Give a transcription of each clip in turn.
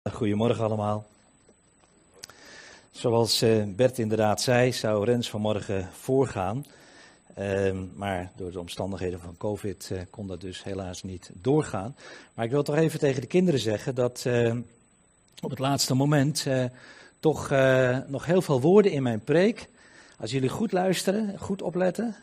Goedemorgen allemaal. Zoals Bert inderdaad zei, zou Rens vanmorgen voorgaan. Maar door de omstandigheden van COVID kon dat dus helaas niet doorgaan. Maar ik wil toch even tegen de kinderen zeggen dat op het laatste moment toch nog heel veel woorden in mijn preek, als jullie goed luisteren, goed opletten,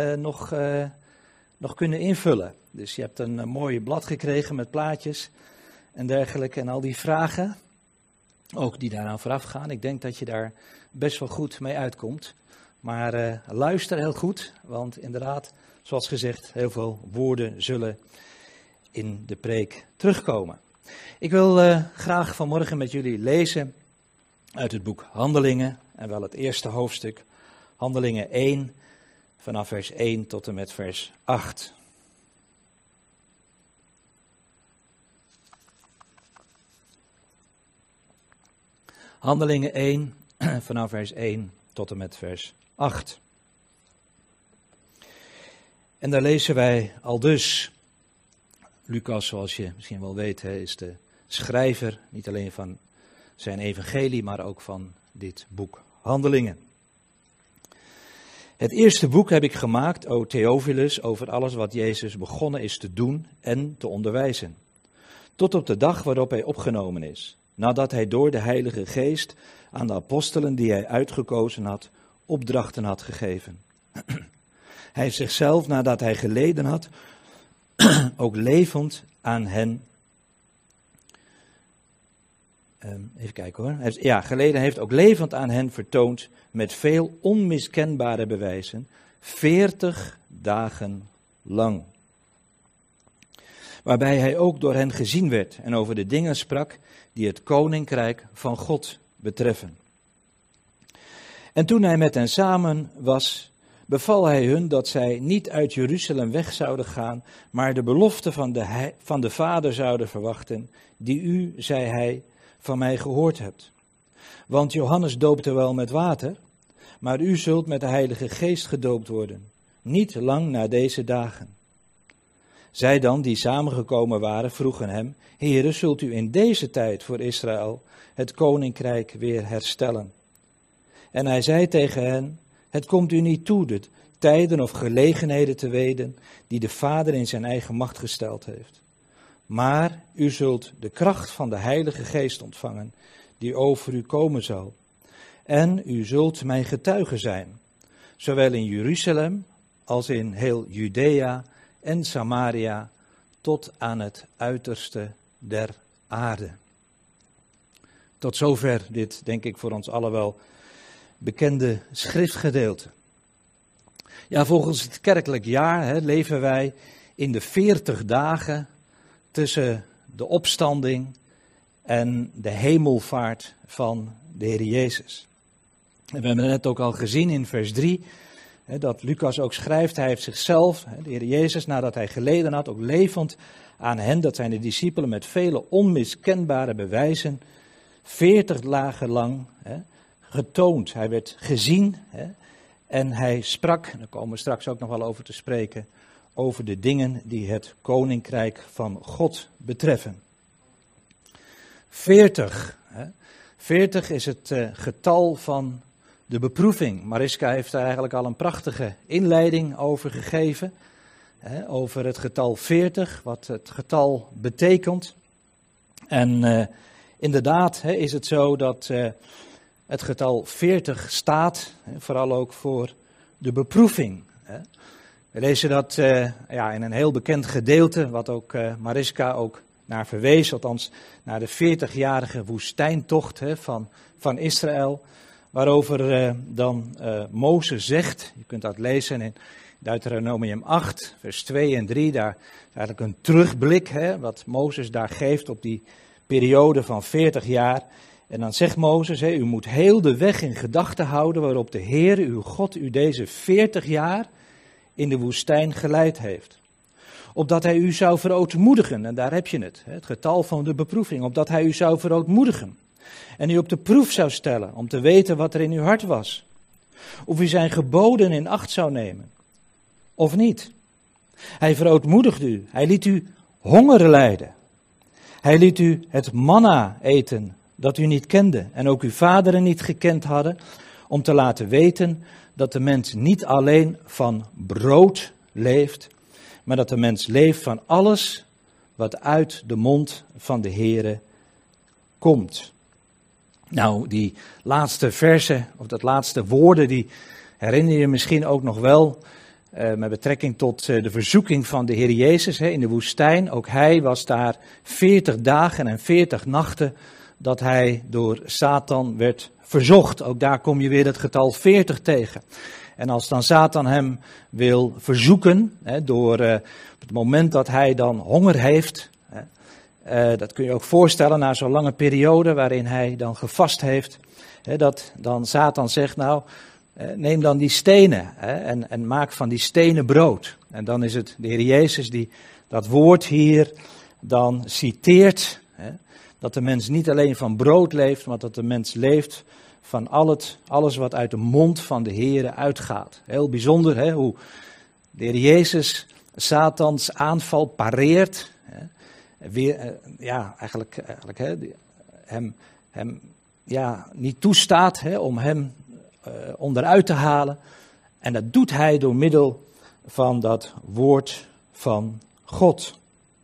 nog kunnen invullen. Dus je hebt een mooi blad gekregen met plaatjes en dergelijke en al die vragen, ook die daaraan vooraf gaan. Ik denk dat je daar best wel goed mee uitkomt. Maar luister heel goed, want inderdaad, zoals gezegd, heel veel woorden zullen in de preek terugkomen. Ik wil graag vanmorgen met jullie lezen uit het boek Handelingen, en wel het eerste hoofdstuk, Handelingen 1, vanaf vers 1 tot en met vers 8. Handelingen 1, vanaf vers 1 tot en met vers 8. En daar lezen wij aldus. Lucas, zoals je misschien wel weet, is de schrijver, niet alleen van zijn evangelie, maar ook van dit boek Handelingen. Het eerste boek heb ik gemaakt, o Theophilus, over alles wat Jezus begonnen is te doen en te onderwijzen. Tot op de dag waarop hij opgenomen is. Nadat hij door de Heilige Geest aan de apostelen die hij uitgekozen had, opdrachten had gegeven. Hij heeft zichzelf, nadat hij geleden had, ook levend aan hen. Even kijken hoor. Geleden heeft ook levend aan hen vertoond met veel onmiskenbare bewijzen, 40 dagen lang. Waarbij hij ook door hen gezien werd en over de dingen sprak die het koninkrijk van God betreffen. En toen hij met hen samen was, beval hij hun dat zij niet uit Jeruzalem weg zouden gaan, maar de belofte van de Vader zouden verwachten, die u, zei hij, van mij gehoord hebt. Want Johannes doopte wel met water, maar u zult met de Heilige Geest gedoopt worden, niet lang na deze dagen. Zij dan, die samengekomen waren, vroegen hem, Heere, zult u in deze tijd voor Israël het koninkrijk weer herstellen? En hij zei tegen hen, het komt u niet toe de tijden of gelegenheden te weten die de Vader in zijn eigen macht gesteld heeft. Maar u zult de kracht van de Heilige Geest ontvangen, die over u komen zal. En u zult mijn getuige zijn, zowel in Jeruzalem als in heel Judea en Samaria, tot aan het uiterste der aarde. Tot zover dit, denk ik, voor ons allen wel bekende schriftgedeelte. Ja, volgens het kerkelijk jaar leven wij in de 40 dagen tussen de opstanding en de hemelvaart van de Heer Jezus. En we hebben net ook al gezien in vers 3, dat Lucas ook schrijft, hij heeft zichzelf, de Heer Jezus, nadat hij geleden had, ook levend aan hen, dat zijn de discipelen, met vele onmiskenbare bewijzen, 40 dagen lang getoond. Hij werd gezien en hij sprak, en daar komen we straks ook nog wel over te spreken, over de dingen die het koninkrijk van God betreffen. 40. 40 is het getal van de beproeving. Mariska heeft daar eigenlijk al een prachtige inleiding over gegeven. Over het getal 40, wat het getal betekent. En inderdaad is het zo dat het getal 40 staat, vooral ook voor de beproeving. We lezen dat in een heel bekend gedeelte, wat ook Mariska ook naar verwees, althans naar de 40-jarige woestijntocht van Israël, waarover dan Mozes zegt, je kunt dat lezen in Deuteronomium 8, vers 2 en 3, daar is eigenlijk een terugblik, wat Mozes daar geeft op die periode van 40 jaar. En dan zegt Mozes, u moet heel de weg in gedachten houden waarop de Heer, uw God, u deze 40 jaar in de woestijn geleid heeft. Opdat hij u zou verootmoedigen, en daar heb je het getal van de beproeving, opdat hij u zou verootmoedigen. En u op de proef zou stellen, om te weten wat er in uw hart was. Of u zijn geboden in acht zou nemen, of niet. Hij verootmoedigde u, hij liet u honger lijden. Hij liet u het manna eten dat u niet kende en ook uw vaderen niet gekend hadden, om te laten weten dat de mens niet alleen van brood leeft, maar dat de mens leeft van alles wat uit de mond van de Heere komt. Nou, die laatste versen, of dat laatste woorden, die herinner je misschien ook nog wel met betrekking tot de verzoeking van de Heer Jezus in de woestijn. Ook hij was daar 40 dagen en 40 nachten dat hij door Satan werd verzocht. Ook daar kom je weer het getal 40 tegen. En als dan Satan hem wil verzoeken, door op het moment dat hij dan honger heeft, dat kun je ook voorstellen na zo'n lange periode waarin hij dan gevast heeft, dat dan Satan zegt, nou, neem dan die stenen en maak van die stenen brood. En dan is het de Heer Jezus die dat woord hier dan citeert, dat de mens niet alleen van brood leeft, maar dat de mens leeft van alles wat uit de mond van de Heere uitgaat. Heel bijzonder hoe de Heer Jezus Satans aanval pareert. Eigenlijk hem niet toestaat om hem onderuit te halen. En dat doet hij door middel van dat woord van God.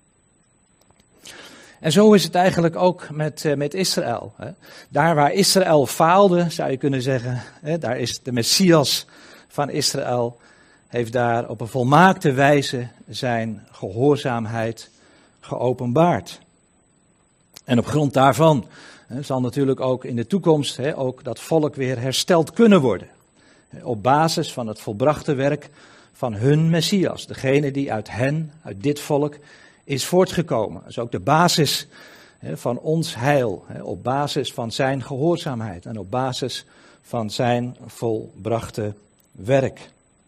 En zo is het eigenlijk ook met Israël. Daar waar Israël faalde, zou je kunnen zeggen, daar is de Messias van Israël, heeft daar op een volmaakte wijze zijn gehoorzaamheid geopenbaard. En op grond daarvan zal natuurlijk ook in de toekomst ook dat volk weer hersteld kunnen worden. Op basis van het volbrachte werk van hun Messias, degene die uit dit volk is voortgekomen. Dat is ook de basis van ons heil, op basis van zijn gehoorzaamheid en op basis van zijn volbrachte werk.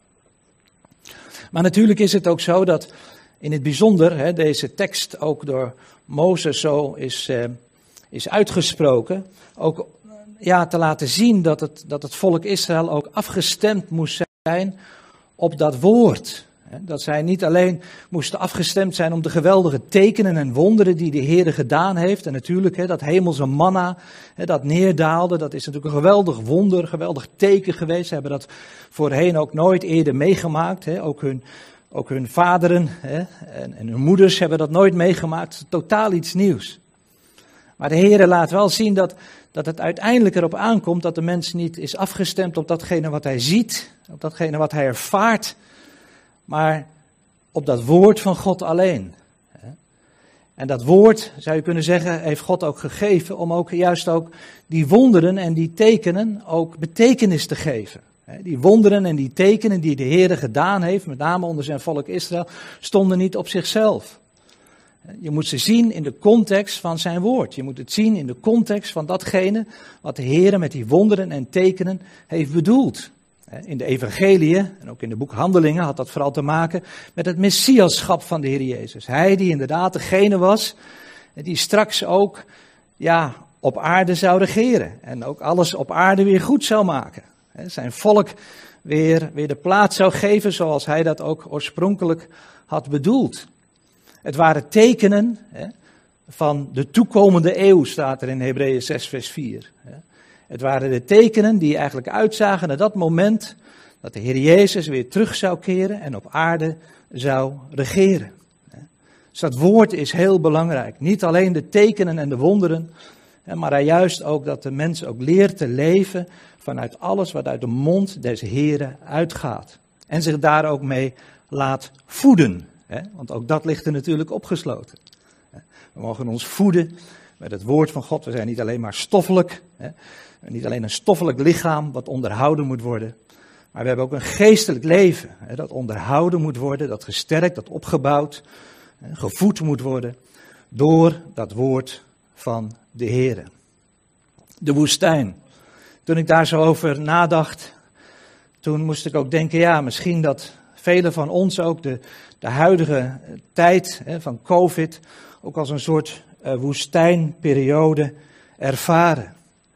Maar natuurlijk is het ook zo dat in het bijzonder deze tekst ook door Mozes zo is uitgesproken, ook te laten zien dat het volk Israël ook afgestemd moest zijn op dat woord. Dat zij niet alleen moesten afgestemd zijn om de geweldige tekenen en wonderen die de Heere gedaan heeft. En natuurlijk dat hemelse manna dat neerdaalde, dat is natuurlijk een geweldig wonder, een geweldig teken geweest. Ze hebben dat voorheen ook nooit eerder meegemaakt. Ook hun vaderen en hun moeders hebben dat nooit meegemaakt. Totaal iets nieuws. Maar de Heere laat wel zien dat het uiteindelijk erop aankomt dat de mens niet is afgestemd op datgene wat hij ziet, op datgene wat hij ervaart, maar op dat woord van God alleen. En dat woord, zou je kunnen zeggen, heeft God ook gegeven om ook juist ook die wonderen en die tekenen ook betekenis te geven. Die wonderen en die tekenen die de Heere gedaan heeft, met name onder zijn volk Israël, stonden niet op zichzelf. Je moet ze zien in de context van zijn woord. Je moet het zien in de context van datgene wat de Heere met die wonderen en tekenen heeft bedoeld. In de evangeliën en ook in het boek Handelingen had dat vooral te maken met het messiaschap van de Heer Jezus. Hij die inderdaad degene was die straks ook op aarde zou regeren. En ook alles op aarde weer goed zou maken. Zijn volk weer de plaats zou geven zoals hij dat ook oorspronkelijk had bedoeld. Het waren tekenen van de toekomende eeuw, staat er in Hebreeën 6 vers 4. Het waren de tekenen die eigenlijk uitzagen naar dat moment dat de Heer Jezus weer terug zou keren en op aarde zou regeren. Dus dat woord is heel belangrijk. Niet alleen de tekenen en de wonderen, maar juist ook dat de mens ook leert te leven vanuit alles wat uit de mond des Heeren uitgaat. En zich daar ook mee laat voeden. Want ook dat ligt er natuurlijk opgesloten. We mogen ons voeden met het woord van God. We zijn niet alleen maar stoffelijk. Niet alleen een stoffelijk lichaam wat onderhouden moet worden. Maar we hebben ook een geestelijk leven. Dat onderhouden moet worden, dat gesterkt, dat opgebouwd, gevoed moet worden. Door dat woord van de Heere. De woestijn. Toen ik daar zo over nadacht, toen moest ik ook denken, misschien dat velen van ons ook de huidige tijd van COVID ook als een soort woestijnperiode ervaren.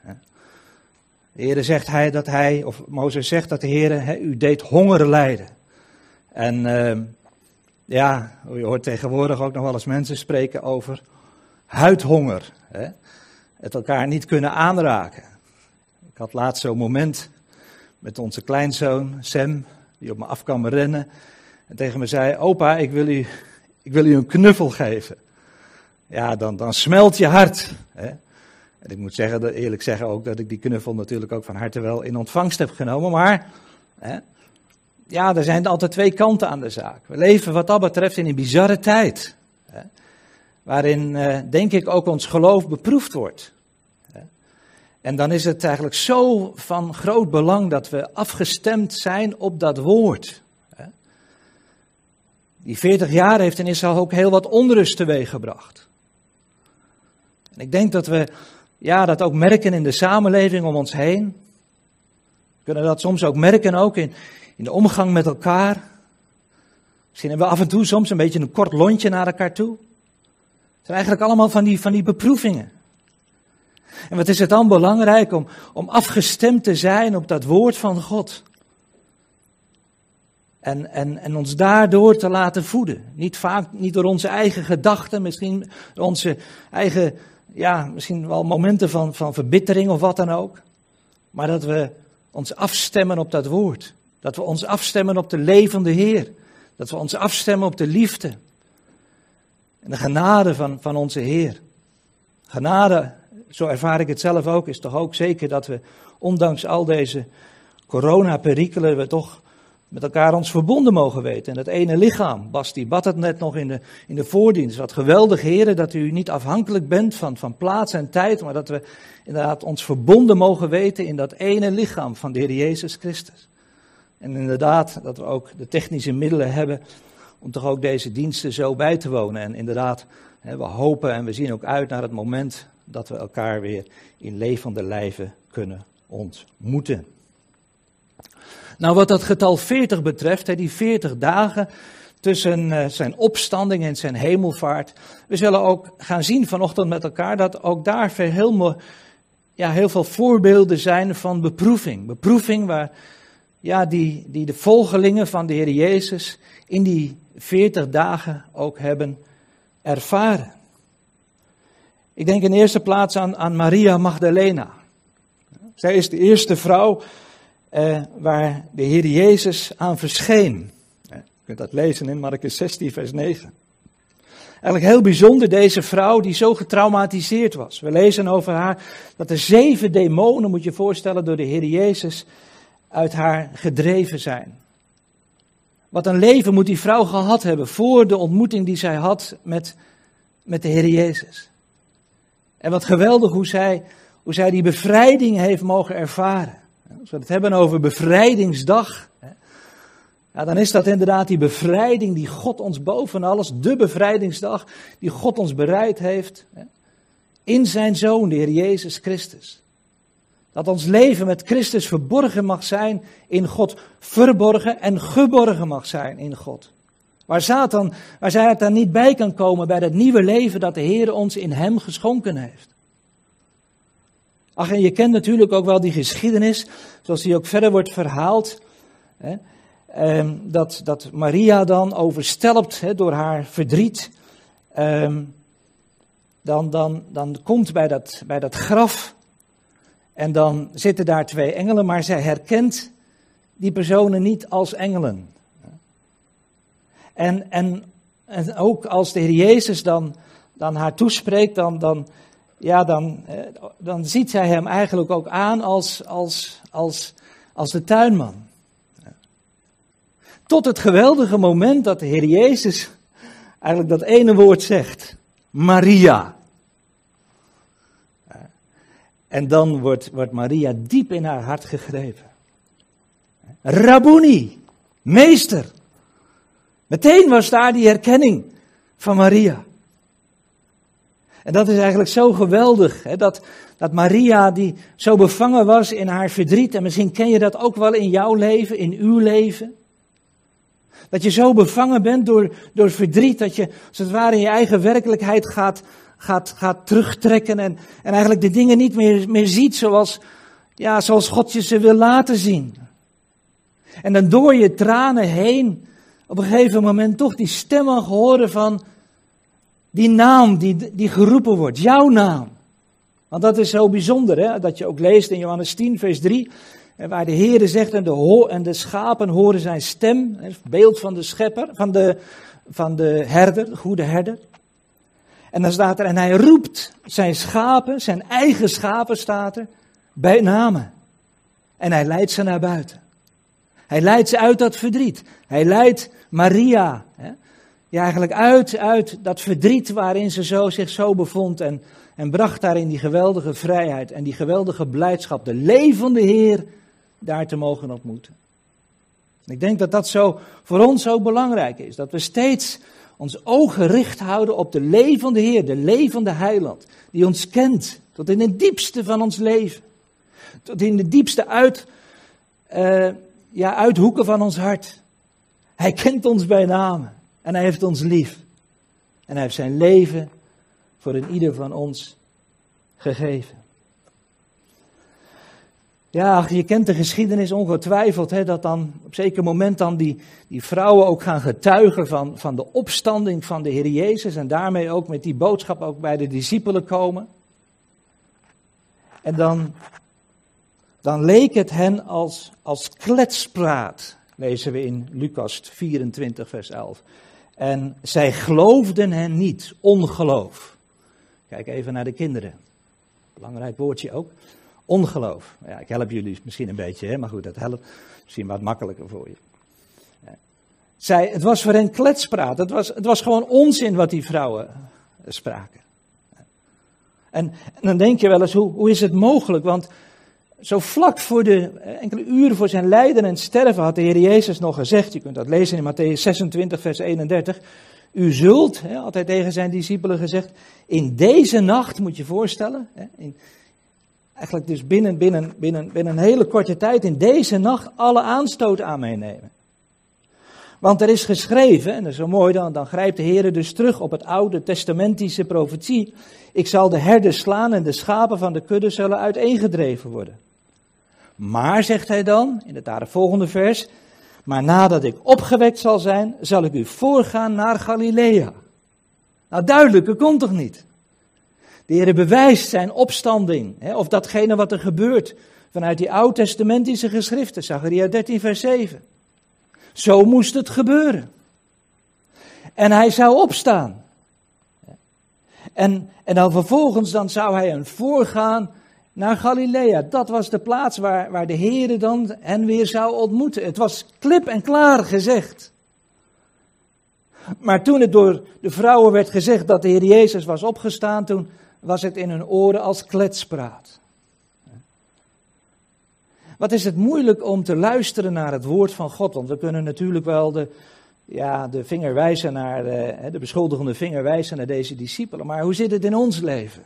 De Heere zegt of Mozes zegt dat de Heere u deed honger lijden. En je hoort tegenwoordig ook nog wel eens mensen spreken over huidhonger. Hè? Het elkaar niet kunnen aanraken. Ik had laatst zo'n moment met onze kleinzoon Sam, die op me af kwam rennen. En tegen me zei, opa, ik wil u een knuffel geven. Ja, dan smelt je hart. Hè? En ik moet eerlijk zeggen ook dat ik die knuffel natuurlijk ook van harte wel in ontvangst heb genomen. Maar hè, ja, er zijn altijd twee kanten aan de zaak. We leven wat dat betreft in een bizarre tijd. Hè, waarin, denk ik, ook ons geloof beproefd wordt. Hè. En dan is het eigenlijk zo van groot belang dat we afgestemd zijn op dat woord. Hè. Die 40 jaar heeft in Israël ook heel wat onrust teweeggebracht. En ik denk dat we dat ook merken in de samenleving om ons heen. We kunnen dat soms ook merken ook in de omgang met elkaar. Misschien hebben we af en toe soms een beetje een kort lontje naar elkaar toe. Het zijn eigenlijk allemaal van die beproevingen. En wat is het dan belangrijk om afgestemd te zijn op dat woord van God. En ons daardoor te laten voeden. Niet door onze eigen gedachten, misschien onze eigen, misschien wel momenten van verbittering of wat dan ook. Maar dat we ons afstemmen op dat woord. Dat we ons afstemmen op de levende Heer. Dat we ons afstemmen op de liefde. En de genade van onze Heer. Genade, zo ervaar ik het zelf ook, is toch ook zeker dat we, ondanks al deze coronaperikelen, we toch met elkaar ons verbonden mogen weten. En het ene lichaam, Bas die bad het net nog in de voordienst. Wat geweldig, heren, dat u niet afhankelijk bent van plaats en tijd, maar dat we inderdaad ons verbonden mogen weten in dat ene lichaam van de Heer Jezus Christus. En inderdaad, dat we ook de technische middelen hebben om toch ook deze diensten zo bij te wonen. En inderdaad, we hopen en we zien ook uit naar het moment dat we elkaar weer in levende lijven kunnen ontmoeten. Nou, wat dat getal 40 betreft, die 40 dagen tussen zijn opstanding en zijn hemelvaart. We zullen ook gaan zien vanochtend met elkaar dat ook daar heel veel voorbeelden zijn van beproeving. Beproeving waar die de volgelingen van de Heer Jezus in die 40 dagen ook hebben ervaren. Ik denk in de eerste plaats aan Maria Magdalena. Zij is de eerste vrouw waar de Heer Jezus aan verscheen. Je kunt dat lezen in Markus 16 vers 9. Eigenlijk heel bijzonder, deze vrouw die zo getraumatiseerd was. We lezen over haar dat er 7 demonen, moet je je voorstellen, door de Heer Jezus uit haar gedreven zijn. Wat een leven moet die vrouw gehad hebben voor de ontmoeting die zij had met de Heer Jezus. En wat geweldig hoe zij die bevrijding heeft mogen ervaren. Als we het hebben over bevrijdingsdag, dan is dat inderdaad die bevrijding die God ons boven alles, de bevrijdingsdag die God ons bereid heeft in zijn Zoon, de Heer Jezus Christus. Dat ons leven met Christus verborgen mag zijn in God, verborgen en geborgen mag zijn in God. Waar zij het dan niet bij kan komen bij dat nieuwe leven dat de Heer ons in hem geschonken heeft. Ach, en je kent natuurlijk ook wel die geschiedenis, zoals die ook verder wordt verhaald. Dat Maria dan overstelpt door haar verdriet, dan komt bij dat graf en dan zitten daar 2 engelen, maar zij herkent die personen niet als engelen. En ook als de Heer Jezus dan haar toespreekt, dan ziet zij hem eigenlijk ook aan als de tuinman. Tot het geweldige moment dat de Heer Jezus eigenlijk dat ene woord zegt. Maria. En dan wordt Maria diep in haar hart gegrepen. Rabboni, meester. Meteen was daar die herkenning van Maria. En dat is eigenlijk zo geweldig, dat Maria die zo bevangen was in haar verdriet. En misschien ken je dat ook wel in jouw leven, in uw leven. Dat je zo bevangen bent door verdriet, dat je als het ware in je eigen werkelijkheid gaat terugtrekken. En eigenlijk de dingen niet meer ziet zoals God je ze wil laten zien. En dan door je tranen heen op een gegeven moment toch die stem mag horen van Die naam die geroepen wordt, jouw naam. Want dat is zo bijzonder, hè? Dat je ook leest in Johannes 10, vers 3, waar de Heere zegt, en de schapen horen zijn stem, het beeld van de schepper, van de herder, de goede herder. En dan staat er, en hij roept zijn schapen, zijn eigen schapen staat er, bij namen. En hij leidt ze naar buiten. Hij leidt ze uit dat verdriet. Hij leidt Maria, hè? Ja, eigenlijk uit dat verdriet waarin ze zich zo bevond en bracht haar in die geweldige vrijheid en die geweldige blijdschap, de levende Heer, daar te mogen ontmoeten. Ik denk dat dat zo voor ons ook belangrijk is, dat we steeds ons oog gericht houden op de levende Heer, de levende Heiland, die ons kent tot in het diepste van ons leven, tot in de diepste uithoeken van ons hart. Hij kent ons bij name. En hij heeft ons lief. En hij heeft zijn leven voor een ieder van ons gegeven. Ja, je kent de geschiedenis ongetwijfeld, hè, dat dan op zeker moment dan die vrouwen ook gaan getuigen van de opstanding van de Heer Jezus. En daarmee ook met die boodschap ook bij de discipelen komen. En dan leek het hen als kletspraat, lezen we in Lucas 24 vers 11. En zij geloofden hen niet, ongeloof. Kijk even naar de kinderen. Belangrijk woordje ook. Ongeloof. Ja, ik help jullie misschien een beetje, hè? Maar goed, dat helpt misschien wat makkelijker voor je. Het was voor hen kletspraat. Het was gewoon onzin wat die vrouwen spraken. En dan denk je wel eens, hoe is het mogelijk? Want zo vlak voor enkele uren voor zijn lijden en sterven had de Heer Jezus nog gezegd, je kunt dat lezen in Mattheüs 26 vers 31, u zult, had hij tegen zijn discipelen gezegd, in deze nacht, moet je je voorstellen, eigenlijk dus binnen een hele korte tijd, in deze nacht alle aanstoot aan mij nemen. Want er is geschreven, en dat is zo mooi, dan grijpt de Heer dus terug op het oude testamentische profetie, ik zal de herders slaan en de schapen van de kudde zullen uiteengedreven worden. Maar, zegt hij dan, in het daaropvolgende vers, maar nadat ik opgewekt zal zijn, zal ik u voorgaan naar Galilea. Nou, duidelijker kon toch niet? De Heer bewijst zijn opstanding, of datgene wat er gebeurt vanuit die oud-testamentische geschriften, Zacharia 13 vers 7. Zo moest het gebeuren. En hij zou opstaan. En dan vervolgens dan zou hij hen voorgaan naar Galilea. Dat was de plaats waar de Heere dan hen weer zou ontmoeten. Het was klip en klaar gezegd. Maar toen het door de vrouwen werd gezegd dat de Heer Jezus was opgestaan, toen was het in hun oren als kletspraat. Wat is het moeilijk om te luisteren naar het woord van God, want we kunnen natuurlijk wel de vinger wijzen naar, de beschuldigende vinger wijzen naar deze discipelen, maar hoe zit het in ons leven?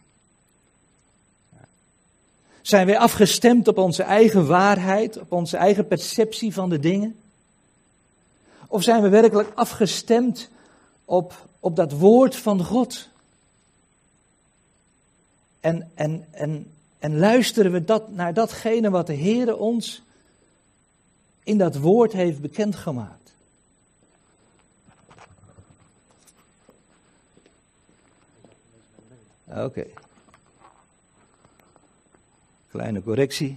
Zijn wij afgestemd op onze eigen waarheid, op onze eigen perceptie van de dingen? Of zijn we werkelijk afgestemd op dat woord van God? En luisteren we naar datgene wat de Heere ons in dat woord heeft bekendgemaakt? Oké. Kleine correctie.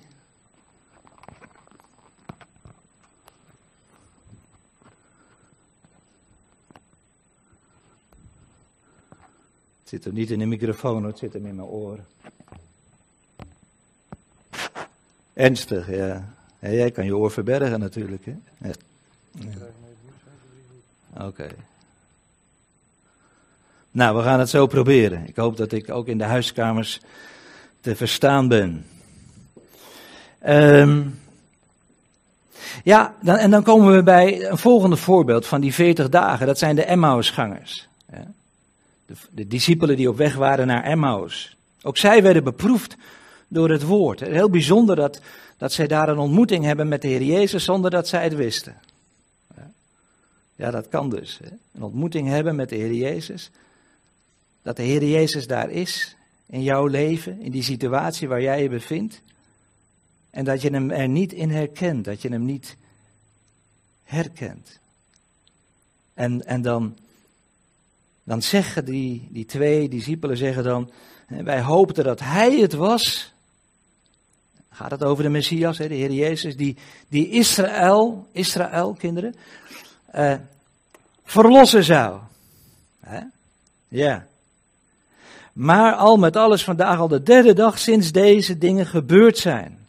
Het zit hem niet in de microfoon, hoor. Het zit hem in mijn oren. Ernstig, ja. Ja, jij kan je oor verbergen natuurlijk, hè. Ja. Ja. Oké. Nou, we gaan het zo proberen. Ik hoop dat ik ook in de huiskamers te verstaan ben. Dan komen we bij een volgende voorbeeld van die 40 dagen. Dat zijn de Emmausgangers. Ja. De discipelen die op weg waren naar Emmaus. Ook zij werden beproefd door het woord. Heel bijzonder dat zij daar een ontmoeting hebben met de Heer Jezus zonder dat zij het wisten. Ja, dat kan dus. Een ontmoeting hebben met de Heer Jezus. Dat de Heer Jezus daar is in jouw leven, in die situatie waar jij je bevindt. En dat je hem er niet in herkent, dat je hem niet herkent. En dan Dan zeggen die twee discipelen zeggen dan, wij hoopten dat hij het was. Gaat het over de Messias, de Heer Jezus, die Israël, kinderen, verlossen zou. Ja. Maar al met alles vandaag al de derde dag sinds deze dingen gebeurd zijn.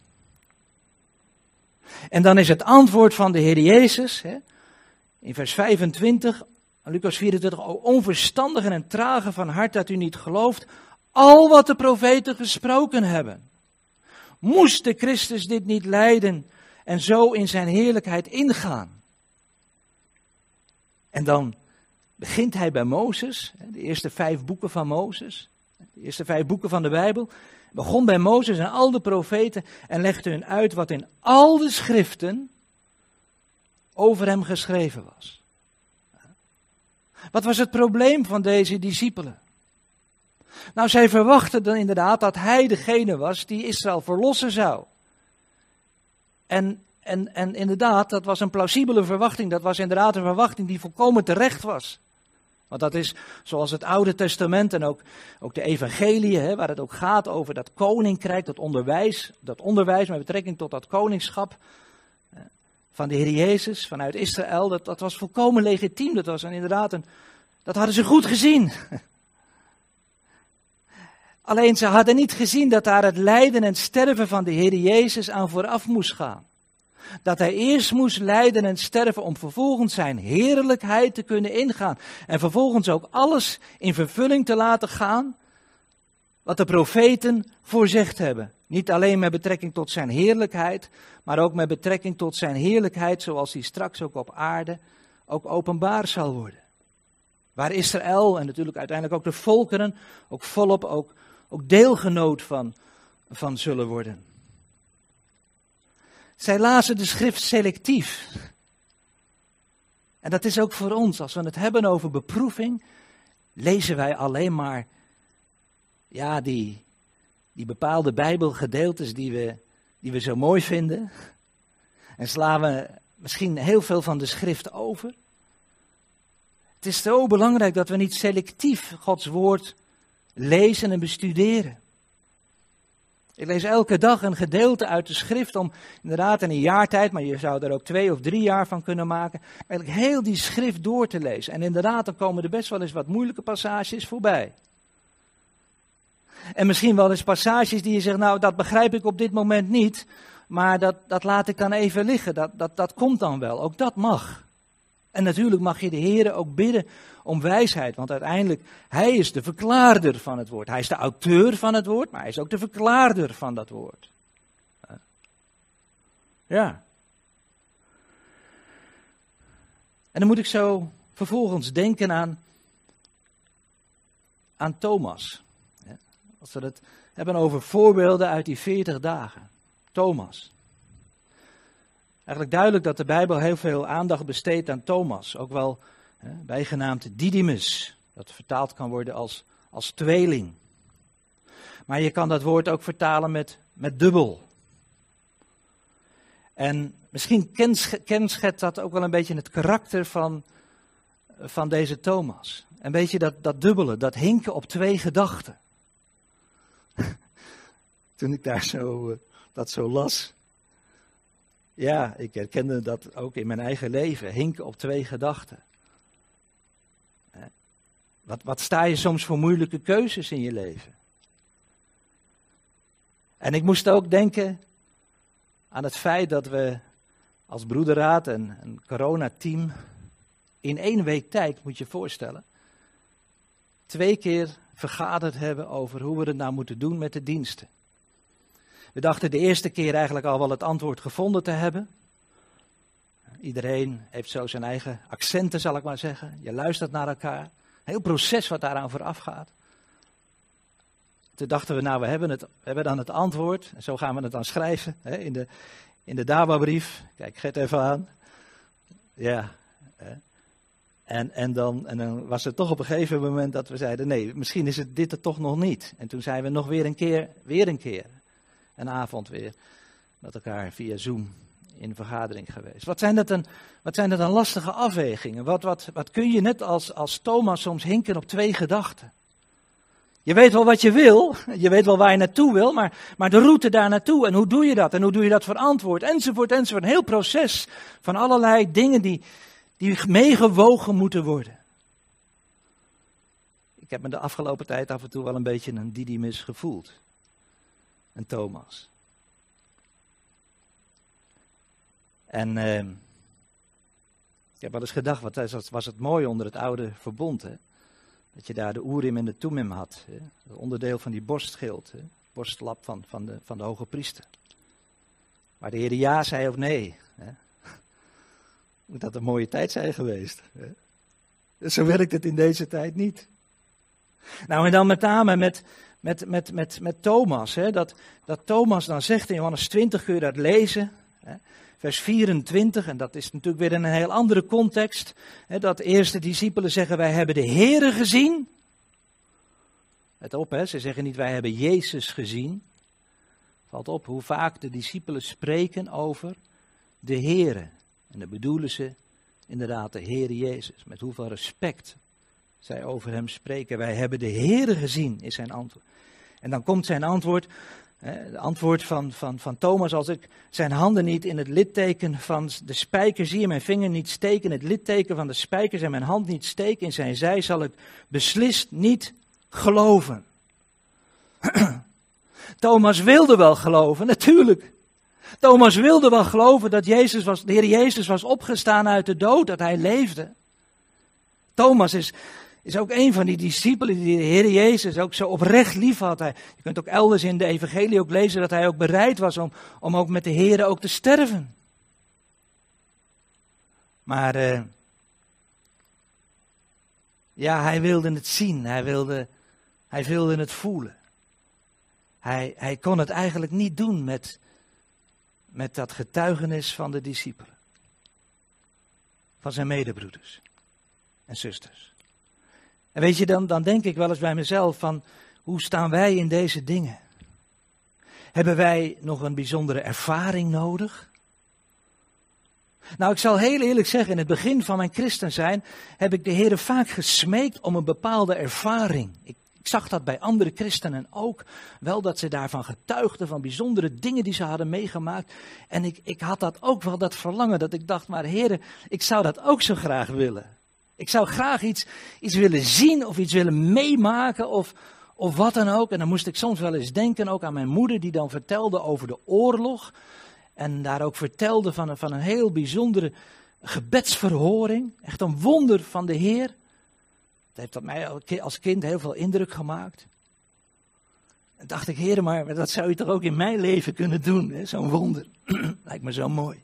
En dan is het antwoord van de Heer Jezus, in vers 25, Lucas 24, o onverstandigen en tragen van hart dat u niet gelooft, al wat de profeten gesproken hebben. Moest de Christus dit niet lijden en zo in zijn heerlijkheid ingaan? En dan begint hij bij Mozes, de eerste 5 boeken van Mozes, de eerste 5 boeken van de Bijbel. Begon bij Mozes en al de profeten en legde hun uit wat in al de schriften over hem geschreven was. Wat was het probleem van deze discipelen? Nou, zij verwachten dan inderdaad dat hij degene was die Israël verlossen zou. En inderdaad, dat was een plausibele verwachting. Dat was inderdaad een verwachting die volkomen terecht was. Want dat is zoals het Oude Testament en ook de evangeliën, waar het ook gaat over dat koninkrijk, dat onderwijs met betrekking tot dat koningschap van de Heer Jezus vanuit Israël. Dat was volkomen legitiem. Dat was inderdaad dat hadden ze goed gezien. Alleen ze hadden niet gezien dat daar het lijden en sterven van de Heer Jezus aan vooraf moest gaan. Dat hij eerst moest lijden en sterven om vervolgens zijn heerlijkheid te kunnen ingaan. En vervolgens ook alles in vervulling te laten gaan wat de profeten voorzegd hebben. Niet alleen met betrekking tot zijn heerlijkheid, maar ook met betrekking tot zijn heerlijkheid zoals die straks ook op aarde ook openbaar zal worden. Waar Israël en natuurlijk uiteindelijk ook de volkeren ook volop ook deelgenoot van zullen worden. Zij lazen de schrift selectief. En dat is ook voor ons, als we het hebben over beproeving, lezen wij alleen maar die bepaalde bijbelgedeeltes die we zo mooi vinden. En slaan we misschien heel veel van de schrift over. Het is zo belangrijk dat we niet selectief Gods woord lezen en bestuderen. Ik lees elke dag een gedeelte uit de schrift om inderdaad in een jaartijd, maar je zou er ook 2 of 3 jaar van kunnen maken, eigenlijk heel die schrift door te lezen. En inderdaad, dan komen er best wel eens wat moeilijke passages voorbij. En misschien wel eens passages die je zegt, nou dat begrijp ik op dit moment niet, maar dat laat ik dan even liggen, dat komt dan wel, ook dat mag. En natuurlijk mag je de Heer ook bidden om wijsheid, want uiteindelijk, hij is de verklaarder van het woord. Hij is de auteur van het woord, maar hij is ook de verklaarder van dat woord. Ja. En dan moet ik zo vervolgens denken aan Thomas. Als we het hebben over voorbeelden uit die 40 dagen. Thomas. Eigenlijk duidelijk dat de Bijbel heel veel aandacht besteedt aan Thomas. Ook wel bijgenaamd Didymus. Dat vertaald kan worden als tweeling. Maar je kan dat woord ook vertalen met dubbel. En misschien kenschetst dat ook wel een beetje het karakter van deze Thomas. Een beetje dat dubbele, dat hinken op 2 gedachten. Toen ik daar dat zo las. Ja, ik herkende dat ook in mijn eigen leven. Hinken op 2 gedachten. Wat sta je soms voor moeilijke keuzes in je leven? En ik moest ook denken aan het feit dat we als broederraad en een coronateam in 1 week tijd, moet je je voorstellen, 2 keer vergaderd hebben over hoe we het nou moeten doen met de diensten. We dachten de eerste keer eigenlijk al wel het antwoord gevonden te hebben. Iedereen heeft zo zijn eigen accenten, zal ik maar zeggen. Je luistert naar elkaar. Een heel proces wat daaraan vooraf gaat. Toen dachten we, nou we hebben dan het antwoord. En zo gaan we het dan schrijven in de Dawa-brief. Kijk Gert even aan. Ja. En dan was het toch op een gegeven moment dat we zeiden, nee, misschien is het dit er toch nog niet. En toen zijn we nog weer een keer. Een avond weer met elkaar via Zoom in vergadering geweest. Wat zijn dat dan lastige afwegingen? Wat kun je net als Thomas soms hinken op twee gedachten? Je weet wel wat je wil, je weet wel waar je naartoe wil, maar de route daar naartoe en hoe doe je dat? En hoe doe je dat verantwoord? Enzovoort. Een heel proces van allerlei dingen die meegewogen moeten worden. Ik heb me de afgelopen tijd af en toe wel een beetje een Didymus gevoeld. Een Thomas. En ik heb wel eens gedacht, wat was het mooi onder het oude verbond, hè? Dat je daar de Urim en de Thummim had. Hè? Dat onderdeel van die borstschild, hè? Borstlap van de hoge priester. Waar de Heer ja zei of nee. Hè? Moet dat een mooie tijd zijn geweest. Hè? Dus zo werkt het in deze tijd niet. Nou en dan met name met Thomas. Hè? Dat Thomas dan zegt in Johannes 20, kun je dat lezen. Hè? Vers 24, en dat is natuurlijk weer in een heel andere context. Hè? Dat eerst de discipelen zeggen, wij hebben de Heere gezien. Let op, hè? Ze zeggen niet, wij hebben Jezus gezien. Valt op hoe vaak de discipelen spreken over de Heere. En dan bedoelen ze inderdaad de Heere Jezus. Met hoeveel respect zij over hem spreken. Wij hebben de Heere gezien, is zijn antwoord. En dan komt zijn antwoord, het antwoord van Thomas, als ik zijn handen niet in het litteken van de spijker zie en mijn vinger niet steken in het litteken van de spijkers en mijn hand niet steken in zijn zij, zal ik beslist niet geloven. Thomas wilde wel geloven, natuurlijk. Thomas wilde wel geloven dat de Heer Jezus was opgestaan uit de dood, dat hij leefde. Thomas is ook een van die discipelen die de Heer Jezus ook zo oprecht lief had. Je kunt ook elders in de evangelie ook lezen dat hij ook bereid was om ook met de Heer ook te sterven. Maar hij wilde het zien, hij wilde het voelen. Hij kon het eigenlijk niet doen met dat getuigenis van de discipelen. Van zijn medebroeders en zusters. En weet je, dan denk ik wel eens bij mezelf van, hoe staan wij in deze dingen? Hebben wij nog een bijzondere ervaring nodig? Nou, ik zal heel eerlijk zeggen, in het begin van mijn christen zijn, heb ik de Heer vaak gesmeekt om een bepaalde ervaring. Ik zag dat bij andere christenen ook, wel dat ze daarvan getuigden, van bijzondere dingen die ze hadden meegemaakt. En ik had dat ook wel, dat verlangen, dat ik dacht, maar Heer, ik zou dat ook zo graag willen. Ik zou graag iets willen zien of iets willen meemaken of wat dan ook. En dan moest ik soms wel eens denken ook aan mijn moeder die dan vertelde over de oorlog. En daar ook vertelde van een heel bijzondere gebedsverhoring. Echt een wonder van de Heer. Dat heeft op mij als kind heel veel indruk gemaakt. En dacht ik, Heer, maar dat zou je toch ook in mijn leven kunnen doen. Hè? Zo'n wonder. Lijkt me zo mooi.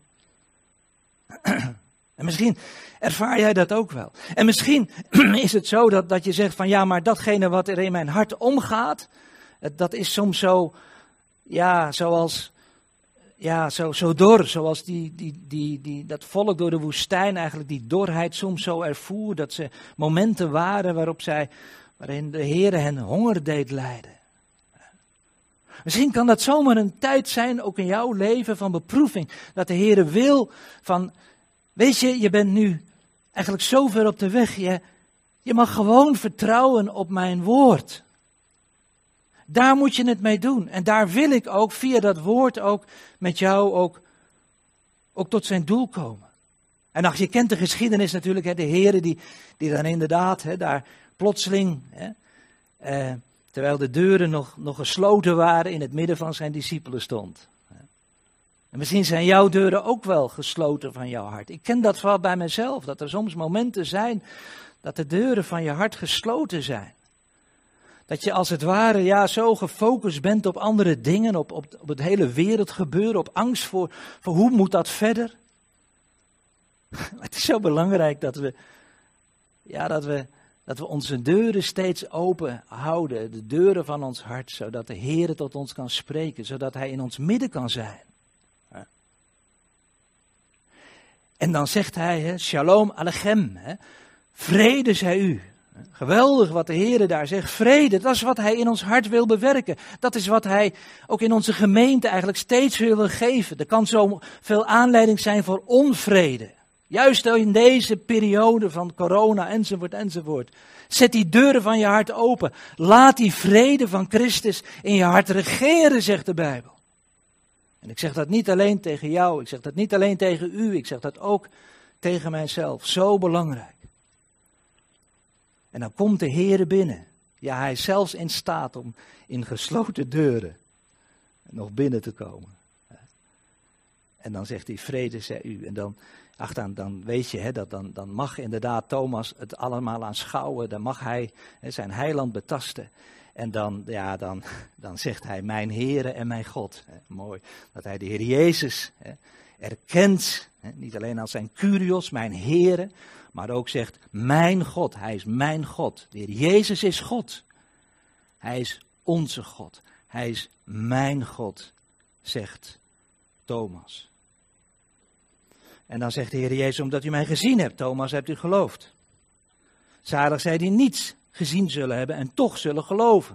En misschien ervaar jij dat ook wel. En misschien is het zo dat je zegt van ja, maar datgene wat er in mijn hart omgaat, dat is soms zo, ja, zoals, ja, zo dor, zoals dat volk door de woestijn eigenlijk die dorheid soms zo ervoer, dat ze momenten waren waarin de Heere hen honger deed lijden. Misschien kan dat zomaar een tijd zijn, ook in jouw leven, van beproeving, dat de Heere wil van, weet je bent nu eigenlijk zo ver op de weg, je mag gewoon vertrouwen op mijn woord. Daar moet je het mee doen. En daar wil ik ook via dat woord ook met jou ook tot zijn doel komen. En ach, je kent de geschiedenis natuurlijk, hè, de Heere die dan inderdaad daar plotseling, terwijl de deuren nog gesloten waren, in het midden van zijn discipelen stond. En misschien zijn jouw deuren ook wel gesloten van jouw hart. Ik ken dat wel bij mezelf, dat er soms momenten zijn dat de deuren van je hart gesloten zijn. Dat je als het ware zo gefocust bent op andere dingen, op het hele wereldgebeuren, op angst voor hoe moet dat verder. Maar het is zo belangrijk dat we onze deuren steeds open houden, de deuren van ons hart, zodat de Heer tot ons kan spreken, zodat Hij in ons midden kan zijn. En dan zegt hij, Shalom Alechem, vrede zij u. Geweldig wat de Heer daar zegt. Vrede, dat is wat Hij in ons hart wil bewerken. Dat is wat Hij ook in onze gemeente eigenlijk steeds wil geven. Er kan zoveel aanleiding zijn voor onvrede. Juist in deze periode van corona enzovoort enzovoort. Zet die deuren van je hart open. Laat die vrede van Christus in je hart regeren, zegt de Bijbel. En ik zeg dat niet alleen tegen jou, ik zeg dat niet alleen tegen u, ik zeg dat ook tegen mijzelf. Zo belangrijk. En dan komt de Heere binnen. Ja, Hij is zelfs in staat om in gesloten deuren nog binnen te komen. En dan zegt hij, vrede zij u. En dan weet je, dan mag inderdaad Thomas het allemaal aanschouwen. Dan mag hij zijn heiland betasten. En dan zegt hij, mijn Heere en mijn God. Mooi, dat hij de Heer Jezus erkent. Niet alleen als zijn Kyrios, mijn Heere. Maar ook zegt, mijn God, Hij is mijn God. De Heer Jezus is God. Hij is onze God. Hij is mijn God, zegt Thomas. En dan zegt de Heer Jezus, omdat u mij gezien hebt, Thomas, hebt u geloofd. Zalig zij die niets gezien zullen hebben en toch zullen geloven.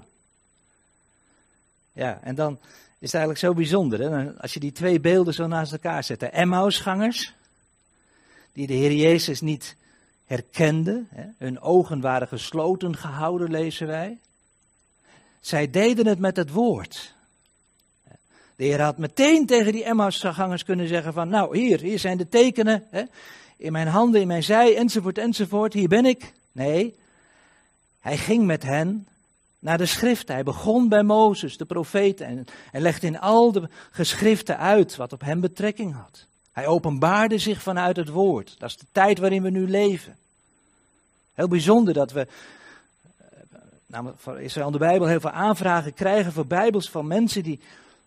Ja, en dan is het eigenlijk zo bijzonder, hè? Als je die twee beelden zo naast elkaar zet. De Emmausgangers, die de Heer Jezus niet herkenden. Hè? Hun ogen waren gesloten gehouden, lezen wij. Zij deden het met het woord. De Heer had meteen tegen die Emmausgangers kunnen zeggen van, nou hier zijn de tekenen, hè? In mijn handen, in mijn zij, enzovoort, enzovoort, hier ben ik. Nee, Hij ging met hen naar de schriften. Hij begon bij Mozes, de profeten, en legde in al de geschriften uit wat op hem betrekking had. Hij openbaarde zich vanuit het woord. Dat is de tijd waarin we nu leven. Heel bijzonder dat we namelijk van Israël de Bijbel heel veel aanvragen krijgen voor Bijbels van mensen die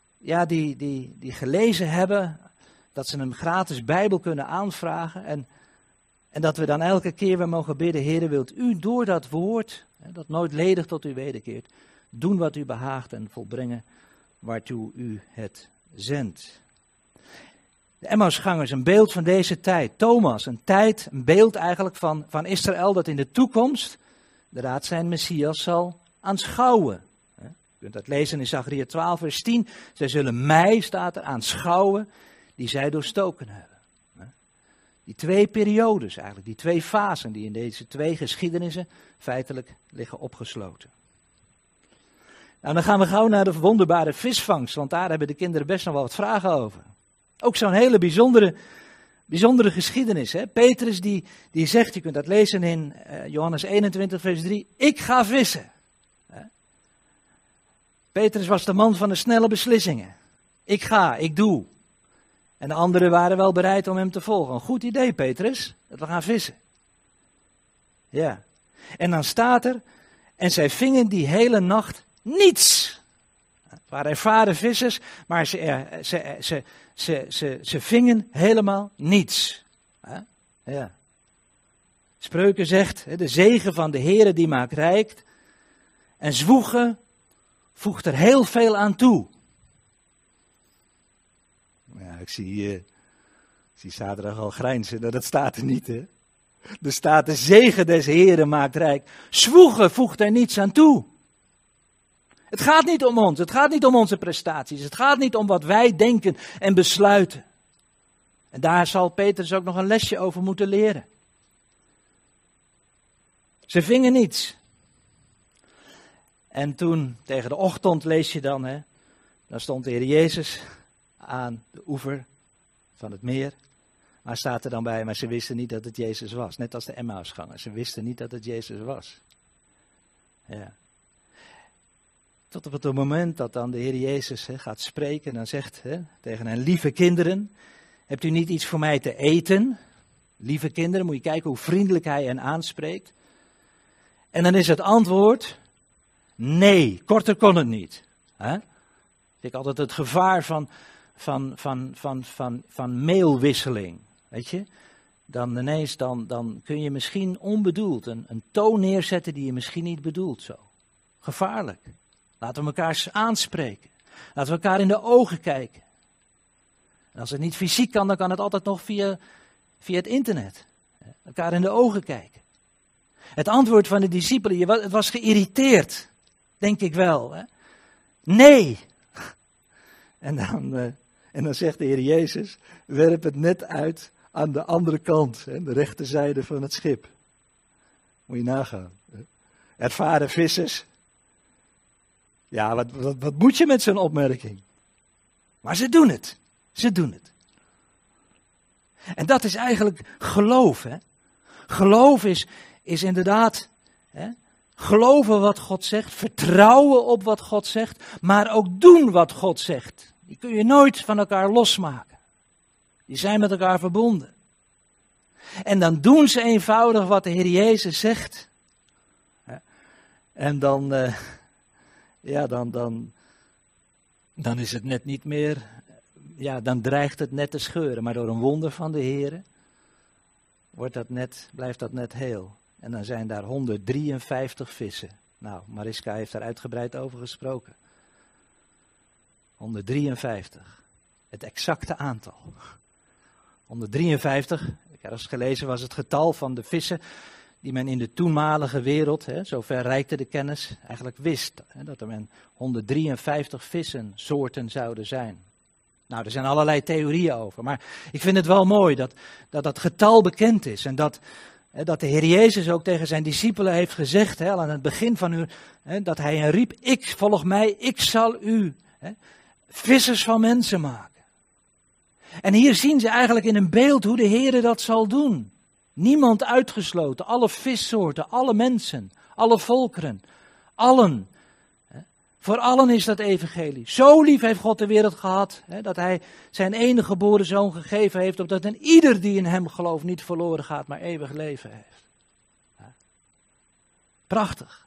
gelezen hebben, dat ze een gratis Bijbel kunnen aanvragen. En dat we dan elke keer weer mogen bidden, Heere, wilt u door dat woord, dat nooit ledig tot u wederkeert, doen wat u behaagt en volbrengen waartoe u het zendt. De Emmausgangers, een beeld van deze tijd. Thomas, een beeld eigenlijk van Israël dat in de toekomst de raad zijn Messias zal aanschouwen. Je kunt dat lezen in Zachariah 12 vers 10. Zij zullen mij, staat er, aanschouwen die zij doorstoken hebben. Die twee periodes eigenlijk, die twee fasen die in deze twee geschiedenissen feitelijk liggen opgesloten. Nou, dan gaan we gauw naar de wonderbare visvangst, want daar hebben de kinderen best nog wel wat vragen over. Ook zo'n hele bijzondere geschiedenis. Hè? Petrus die zegt, je kunt dat lezen in Johannes 21 vers 3, ik ga vissen. Petrus was de man van de snelle beslissingen. Ik ga, ik doe. En de anderen waren wel bereid om hem te volgen. Een goed idee, Petrus, dat we gaan vissen. Ja. En dan staat er, en zij vingen die hele nacht niets. Het waren ervaren vissers, maar ze vingen helemaal niets. Ja. Spreuken zegt, de zegen van de Heere die maakt rijk. En zwoegen voegt er heel veel aan toe. Ja, ik zie zaterdag al grijnzen, dat staat er niet, hè. Er staat, de zegen des Heeren maakt rijk. Zwoegen voegt er niets aan toe. Het gaat niet om ons, het gaat niet om onze prestaties, het gaat niet om wat wij denken en besluiten. En daar zal Petrus ook nog een lesje over moeten leren. Ze vingen niets. En toen, tegen de ochtend lees je dan, dan stond de Heer Jezus aan de oever van het meer. Maar staat er dan bij, maar ze wisten niet dat het Jezus was. Net als de Emmausgangers, ze wisten niet dat het Jezus was. Ja. Tot op het moment dat dan de Heer Jezus gaat spreken, dan zegt tegen hen, lieve kinderen, hebt u niet iets voor mij te eten? Lieve kinderen, moet je kijken hoe vriendelijk hij hen aanspreekt. En dan is het antwoord, nee, korter kon het niet. Vind ik altijd het gevaar van mailwisseling, weet je. Dan ineens, dan kun je misschien onbedoeld een toon neerzetten die je misschien niet bedoelt zo. Gevaarlijk. Laten we elkaar aanspreken. Laten we elkaar in de ogen kijken. En als het niet fysiek kan, dan kan het altijd nog via het internet. Elkaar in de ogen kijken. Het antwoord van de discipelen, het was geïrriteerd, denk ik wel. Hè? Nee. En dan zegt de Heer Jezus, werp het net uit aan de andere kant, hè, de rechterzijde van het schip. Moet je nagaan. Ervaren vissers. Ja, wat moet je met zo'n opmerking? Maar ze doen het. Ze doen het. En dat is eigenlijk geloof. Hè? Geloof is inderdaad geloven wat God zegt, vertrouwen op wat God zegt, maar ook doen wat God zegt. Die kun je nooit van elkaar losmaken. Die zijn met elkaar verbonden. En dan doen ze eenvoudig wat de Heer Jezus zegt. En dan is het net niet meer, dan dreigt het net te scheuren. Maar door een wonder van de Heer blijft dat net heel. En dan zijn daar 153 vissen. Nou, Mariska heeft daar uitgebreid over gesproken. 153. Het exacte aantal. 153, ik heb ergens gelezen, was het getal van de vissen die men in de toenmalige wereld, zover reikte de kennis, eigenlijk wist. Dat er 153 vissensoorten zouden zijn. Nou, er zijn allerlei theorieën over. Maar ik vind het wel mooi dat getal bekend is. En dat de Heer Jezus ook tegen zijn discipelen heeft gezegd, al aan het begin van dat hij hen riep, volg mij, ik zal u vissers van mensen maken. En hier zien ze eigenlijk in een beeld hoe de Heer dat zal doen. Niemand uitgesloten, alle vissoorten, alle mensen, alle volkeren, allen. Voor allen is dat evangelie. Zo lief heeft God de wereld gehad, dat hij zijn enige geboren zoon gegeven heeft, opdat een ieder die in hem gelooft niet verloren gaat, maar eeuwig leven heeft. Prachtig.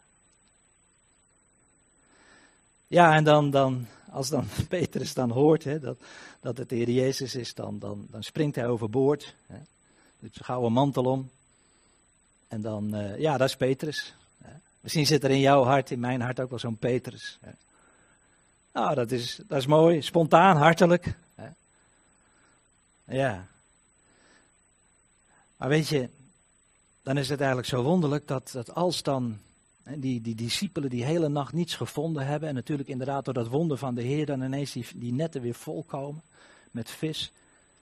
Ja, en dan als dan Petrus dan hoort dat het de Heer Jezus is, dan springt hij overboord. Doet zijn gouden mantel om. En dan, dat is Petrus. Misschien zit er in jouw hart, in mijn hart ook wel zo'n Petrus. Nou, dat is mooi, spontaan, hartelijk. Ja. Maar weet je, dan is het eigenlijk zo wonderlijk dat als dan die discipelen die hele nacht niets gevonden hebben, en natuurlijk inderdaad door dat wonder van de Heer dan ineens die netten weer volkomen met vis,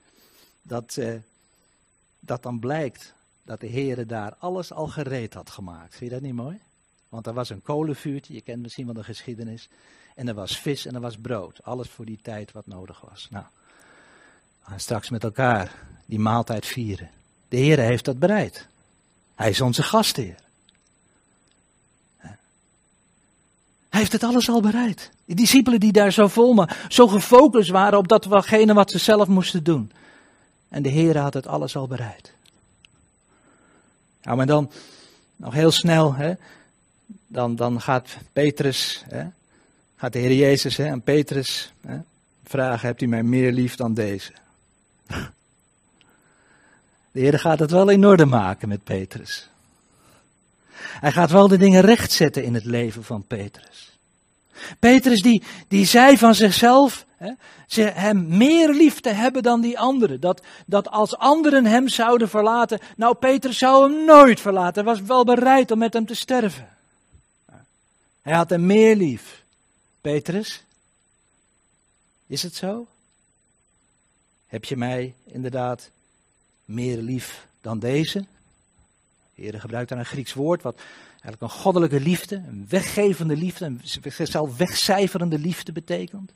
dat dan blijkt dat de Heer daar alles al gereed had gemaakt. Vind je dat niet mooi? Want er was een kolenvuurtje, je kent misschien wel de geschiedenis. En er was vis en er was brood. Alles voor die tijd wat nodig was. Nou, we gaan straks met elkaar die maaltijd vieren. De Heer heeft dat bereid. Hij is onze gastheer. Hij heeft het alles al bereid. Die discipelen die daar zo gefocust waren op datgene wat ze zelf moesten doen. En de Heer had het alles al bereid. Nou, maar dan nog heel snel, dan gaat Petrus, gaat de Heer Jezus aan Petrus vragen, hebt u mij meer lief dan deze? De Heer gaat het wel in orde maken met Petrus. Hij gaat wel de dingen rechtzetten in het leven van Petrus. Petrus die zei van zichzelf, hem meer lief te hebben dan die anderen. Dat als anderen hem zouden verlaten, nou Petrus zou hem nooit verlaten. Hij was wel bereid om met hem te sterven. Hij had hem meer lief. Petrus, is het zo? Heb je mij inderdaad meer lief dan deze? De Heer gebruikt daar een Grieks woord, wat eigenlijk een goddelijke liefde, een weggevende liefde, een zichzelf wegcijferende liefde betekent.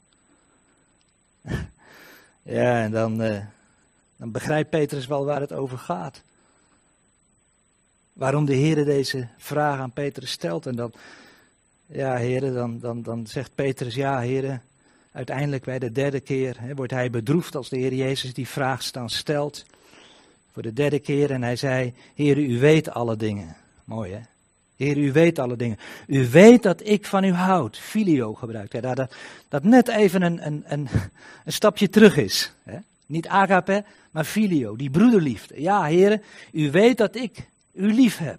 Ja, en dan begrijpt Petrus wel waar het over gaat. Waarom de Heer deze vraag aan Petrus stelt. En dan, ja Heer, dan zegt Petrus, ja Heer, uiteindelijk bij de derde keer wordt hij bedroefd als de Heer Jezus die vraag dan stelt. Voor de derde keer en hij zei, Heer, u weet alle dingen. Mooi hè? Heer, u weet alle dingen. U weet dat ik van u houd. Filio gebruikt hij. Dat net even een stapje terug is. Hè? Niet agape, maar filio, die broederliefde. Ja, Heer, u weet dat ik u lief heb.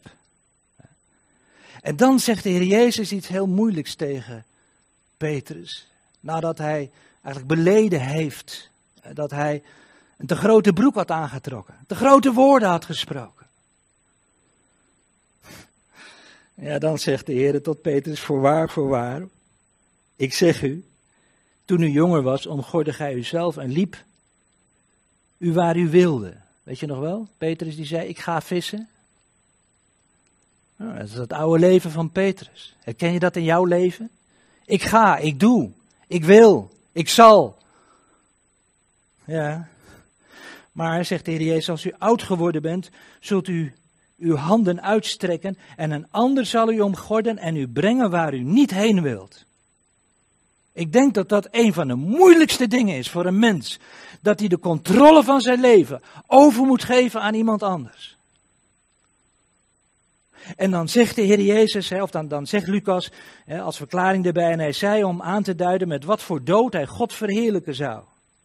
En dan zegt de Heer Jezus iets heel moeilijks tegen Petrus. Nadat hij eigenlijk beleden heeft dat hij een te grote broek had aangetrokken. Te grote woorden had gesproken. Ja, dan zegt de Heer tot Petrus, voorwaar, ik zeg u, toen u jonger was, omgordde gij uzelf en liep u waar u wilde. Weet je nog wel? Petrus die zei, ik ga vissen. Nou, dat is het oude leven van Petrus. Herken je dat in jouw leven? Ik ga, ik doe, ik wil, ik zal. Ja. Maar, zegt de Heer Jezus, als u oud geworden bent, zult u uw handen uitstrekken en een ander zal u omgorden en u brengen waar u niet heen wilt. Ik denk dat dat een van de moeilijkste dingen is voor een mens. Dat hij de controle van zijn leven over moet geven aan iemand anders. En dan zegt de Heer Jezus, of dan zegt Lucas als verklaring erbij, en hij zei om aan te duiden met wat voor dood hij God verheerlijken zou.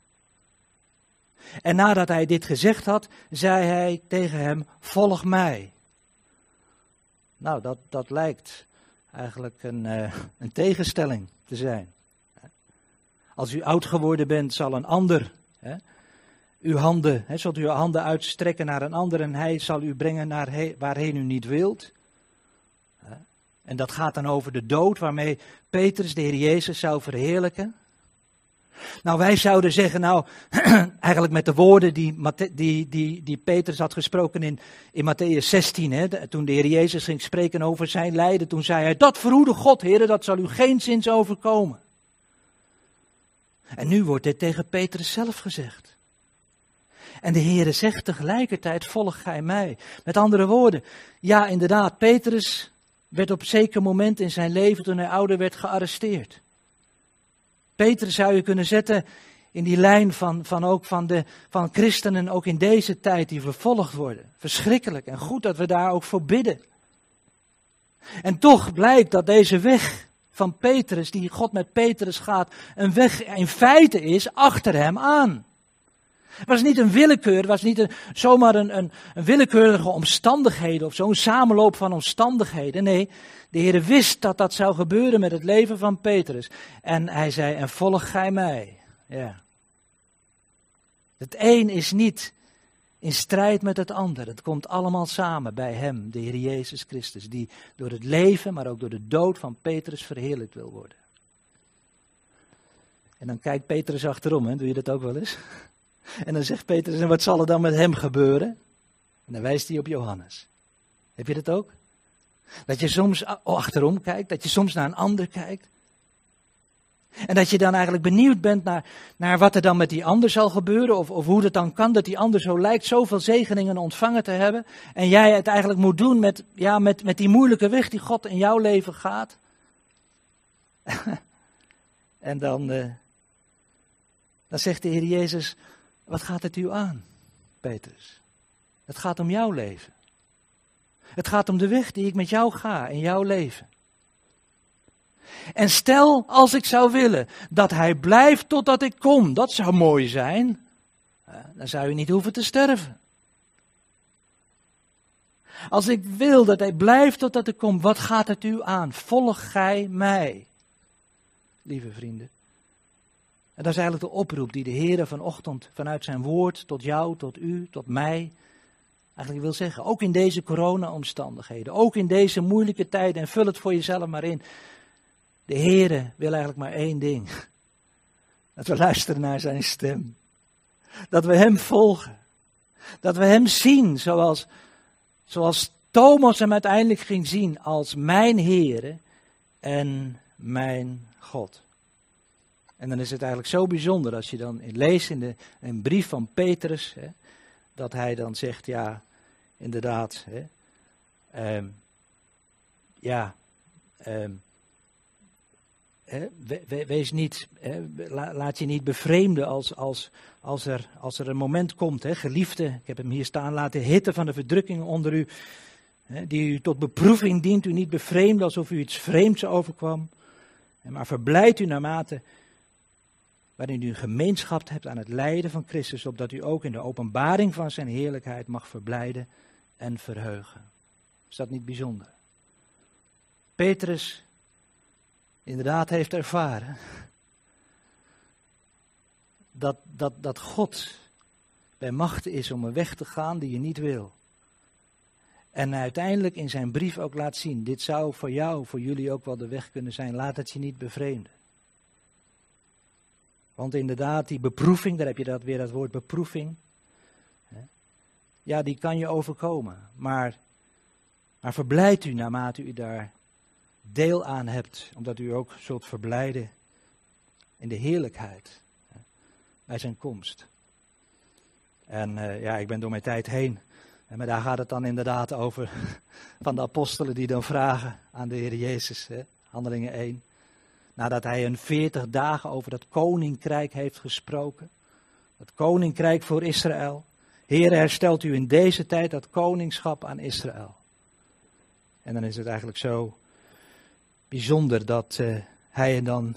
En nadat hij dit gezegd had, zei hij tegen hem, volg mij. Nou, dat lijkt eigenlijk een tegenstelling te zijn. Als u oud geworden bent, zal een ander zult u uw handen uitstrekken naar een ander en hij zal u brengen naar waarheen u niet wilt. En dat gaat dan over de dood waarmee Petrus de Heer Jezus zou verheerlijken. Nou, wij zouden zeggen, eigenlijk met de woorden die Petrus had gesproken in Mattheüs 16, toen de Heer Jezus ging spreken over zijn lijden, toen zei hij, dat verhoede God, Heer, dat zal u geenszins overkomen. En nu wordt dit tegen Petrus zelf gezegd. En de Heer zegt tegelijkertijd, volg gij mij. Met andere woorden, ja inderdaad, Petrus werd op een zeker moment in zijn leven, toen hij ouder werd, gearresteerd. Petrus zou je kunnen zetten in die lijn van christenen, ook in deze tijd, die vervolgd worden. Verschrikkelijk en goed dat we daar ook voor bidden. En toch blijkt dat deze weg van Petrus, die God met Petrus gaat, een weg in feite is achter hem aan. Het was niet een willekeur, het was niet zomaar een willekeurige omstandigheden of zo'n samenloop van omstandigheden. Nee, de Heer wist dat dat zou gebeuren met het leven van Petrus. En hij zei, en volg gij mij. Ja. Het een is niet in strijd met het ander. Het komt allemaal samen bij hem, de Heer Jezus Christus, die door het leven, maar ook door de dood van Petrus verheerlijkt wil worden. En dan kijkt Petrus achterom, doe je dat ook wel eens? En dan zegt Petrus, en wat zal er dan met hem gebeuren? En dan wijst hij op Johannes. Heb je dat ook? Dat je soms achterom kijkt, dat je soms naar een ander kijkt. En dat je dan eigenlijk benieuwd bent naar wat er dan met die ander zal gebeuren. Of hoe het dan kan dat die ander zo lijkt zoveel zegeningen ontvangen te hebben. En jij het eigenlijk moet doen met die moeilijke weg die God in jouw leven gaat. En dan zegt de Heer Jezus, wat gaat het u aan, Petrus? Het gaat om jouw leven. Het gaat om de weg die ik met jou ga in jouw leven. En stel, als ik zou willen dat hij blijft totdat ik kom, dat zou mooi zijn. Dan zou je niet hoeven te sterven. Als ik wil dat hij blijft totdat ik kom, wat gaat het u aan? Volg gij mij, lieve vrienden. En dat is eigenlijk de oproep die de Heer vanochtend vanuit zijn woord tot jou, tot u, tot mij eigenlijk wil zeggen. Ook in deze corona-omstandigheden, ook in deze moeilijke tijden, en vul het voor jezelf maar in. De Heer wil eigenlijk maar één ding. Dat we luisteren naar zijn stem. Dat we hem volgen. Dat we hem zien zoals Thomas hem uiteindelijk ging zien als mijn Heer en mijn God. En dan is het eigenlijk zo bijzonder als je dan leest in een brief van Petrus, dat hij dan zegt, ja, inderdaad, wees niet, laat je niet bevreemden als er een moment komt, geliefde, ik heb hem hier staan, laat de hitte van de verdrukking onder u, die u tot beproeving dient, u niet bevreemden alsof u iets vreemds overkwam, maar verblijd u naarmate waarin u gemeenschap hebt aan het lijden van Christus, opdat u ook in de openbaring van zijn heerlijkheid mag verblijden en verheugen. Is dat niet bijzonder? Petrus inderdaad heeft ervaren dat God bij machte is om een weg te gaan die je niet wil. En uiteindelijk in zijn brief ook laat zien, dit zou voor jou, voor jullie ook wel de weg kunnen zijn. Laat het je niet bevreemden. Want inderdaad, die beproeving, daar heb je weer dat woord beproeving. Ja, die kan je overkomen. Maar verblijd u naarmate u daar deel aan hebt. Omdat u ook zult verblijden in de heerlijkheid bij zijn komst. En ik ben door mijn tijd heen. Maar daar gaat het dan inderdaad over van de apostelen die dan vragen aan de Heer Jezus. Handelingen 1. Nadat hij een 40 dagen over dat koninkrijk heeft gesproken. Dat koninkrijk voor Israël. Heer, herstelt u in deze tijd dat koningschap aan Israël. En dan is het eigenlijk zo bijzonder dat hij hen dan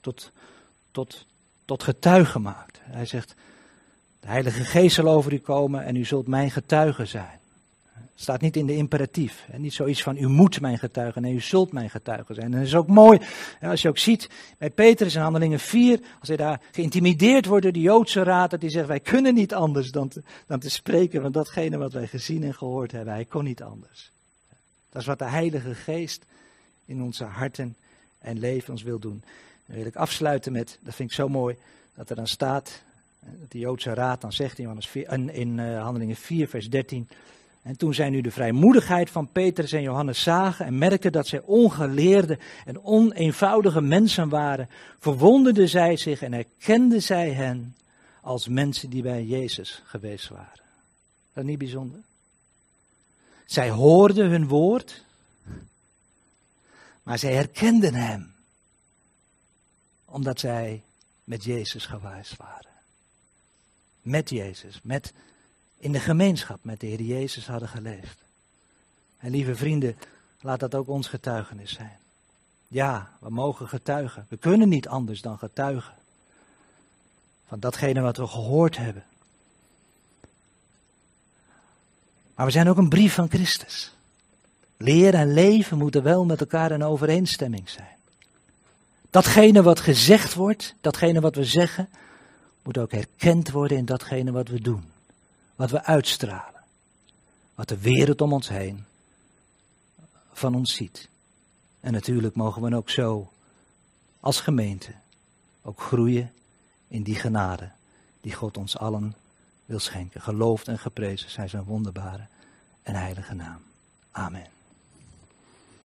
tot getuige maakt. Hij zegt, de Heilige Geest zal over u komen en u zult mijn getuige zijn. Het staat niet in de imperatief. Niet zoiets van u moet mijn getuige, nee u zult mijn getuige zijn. En dat is ook mooi, als je ook ziet bij Petrus in Handelingen 4, als hij daar geïntimideerd wordt door de Joodse raad, dat hij zegt wij kunnen niet anders dan te spreken van datgene wat wij gezien en gehoord hebben. Hij kon niet anders. Dat is wat de Heilige Geest in onze harten en leven ons wil doen. Dan wil ik afsluiten met, dat vind ik zo mooi, dat er dan staat, dat de Joodse raad dan zegt in Handelingen 4 vers 13... En toen zij nu de vrijmoedigheid van Petrus en Johannes zagen en merkten dat zij ongeleerde en oneenvoudige mensen waren, verwonderden zij zich en herkenden zij hen als mensen die bij Jezus geweest waren. Dat is niet bijzonder? Zij hoorden hun woord, maar zij herkenden hem, omdat zij met Jezus geweest waren. Met Jezus, in de gemeenschap met de Heer Jezus hadden geleefd. En lieve vrienden, laat dat ook ons getuigenis zijn. Ja, we mogen getuigen. We kunnen niet anders dan getuigen van datgene wat we gehoord hebben. Maar we zijn ook een brief van Christus. Leer en leven moeten wel met elkaar in overeenstemming zijn. Datgene wat gezegd wordt, datgene wat we zeggen, moet ook herkend worden in datgene wat we doen. Wat we uitstralen. Wat de wereld om ons heen van ons ziet. En natuurlijk mogen we ook zo als gemeente ook groeien in die genade die God ons allen wil schenken. Geloofd en geprezen zijn zijn wonderbare en heilige naam. Amen.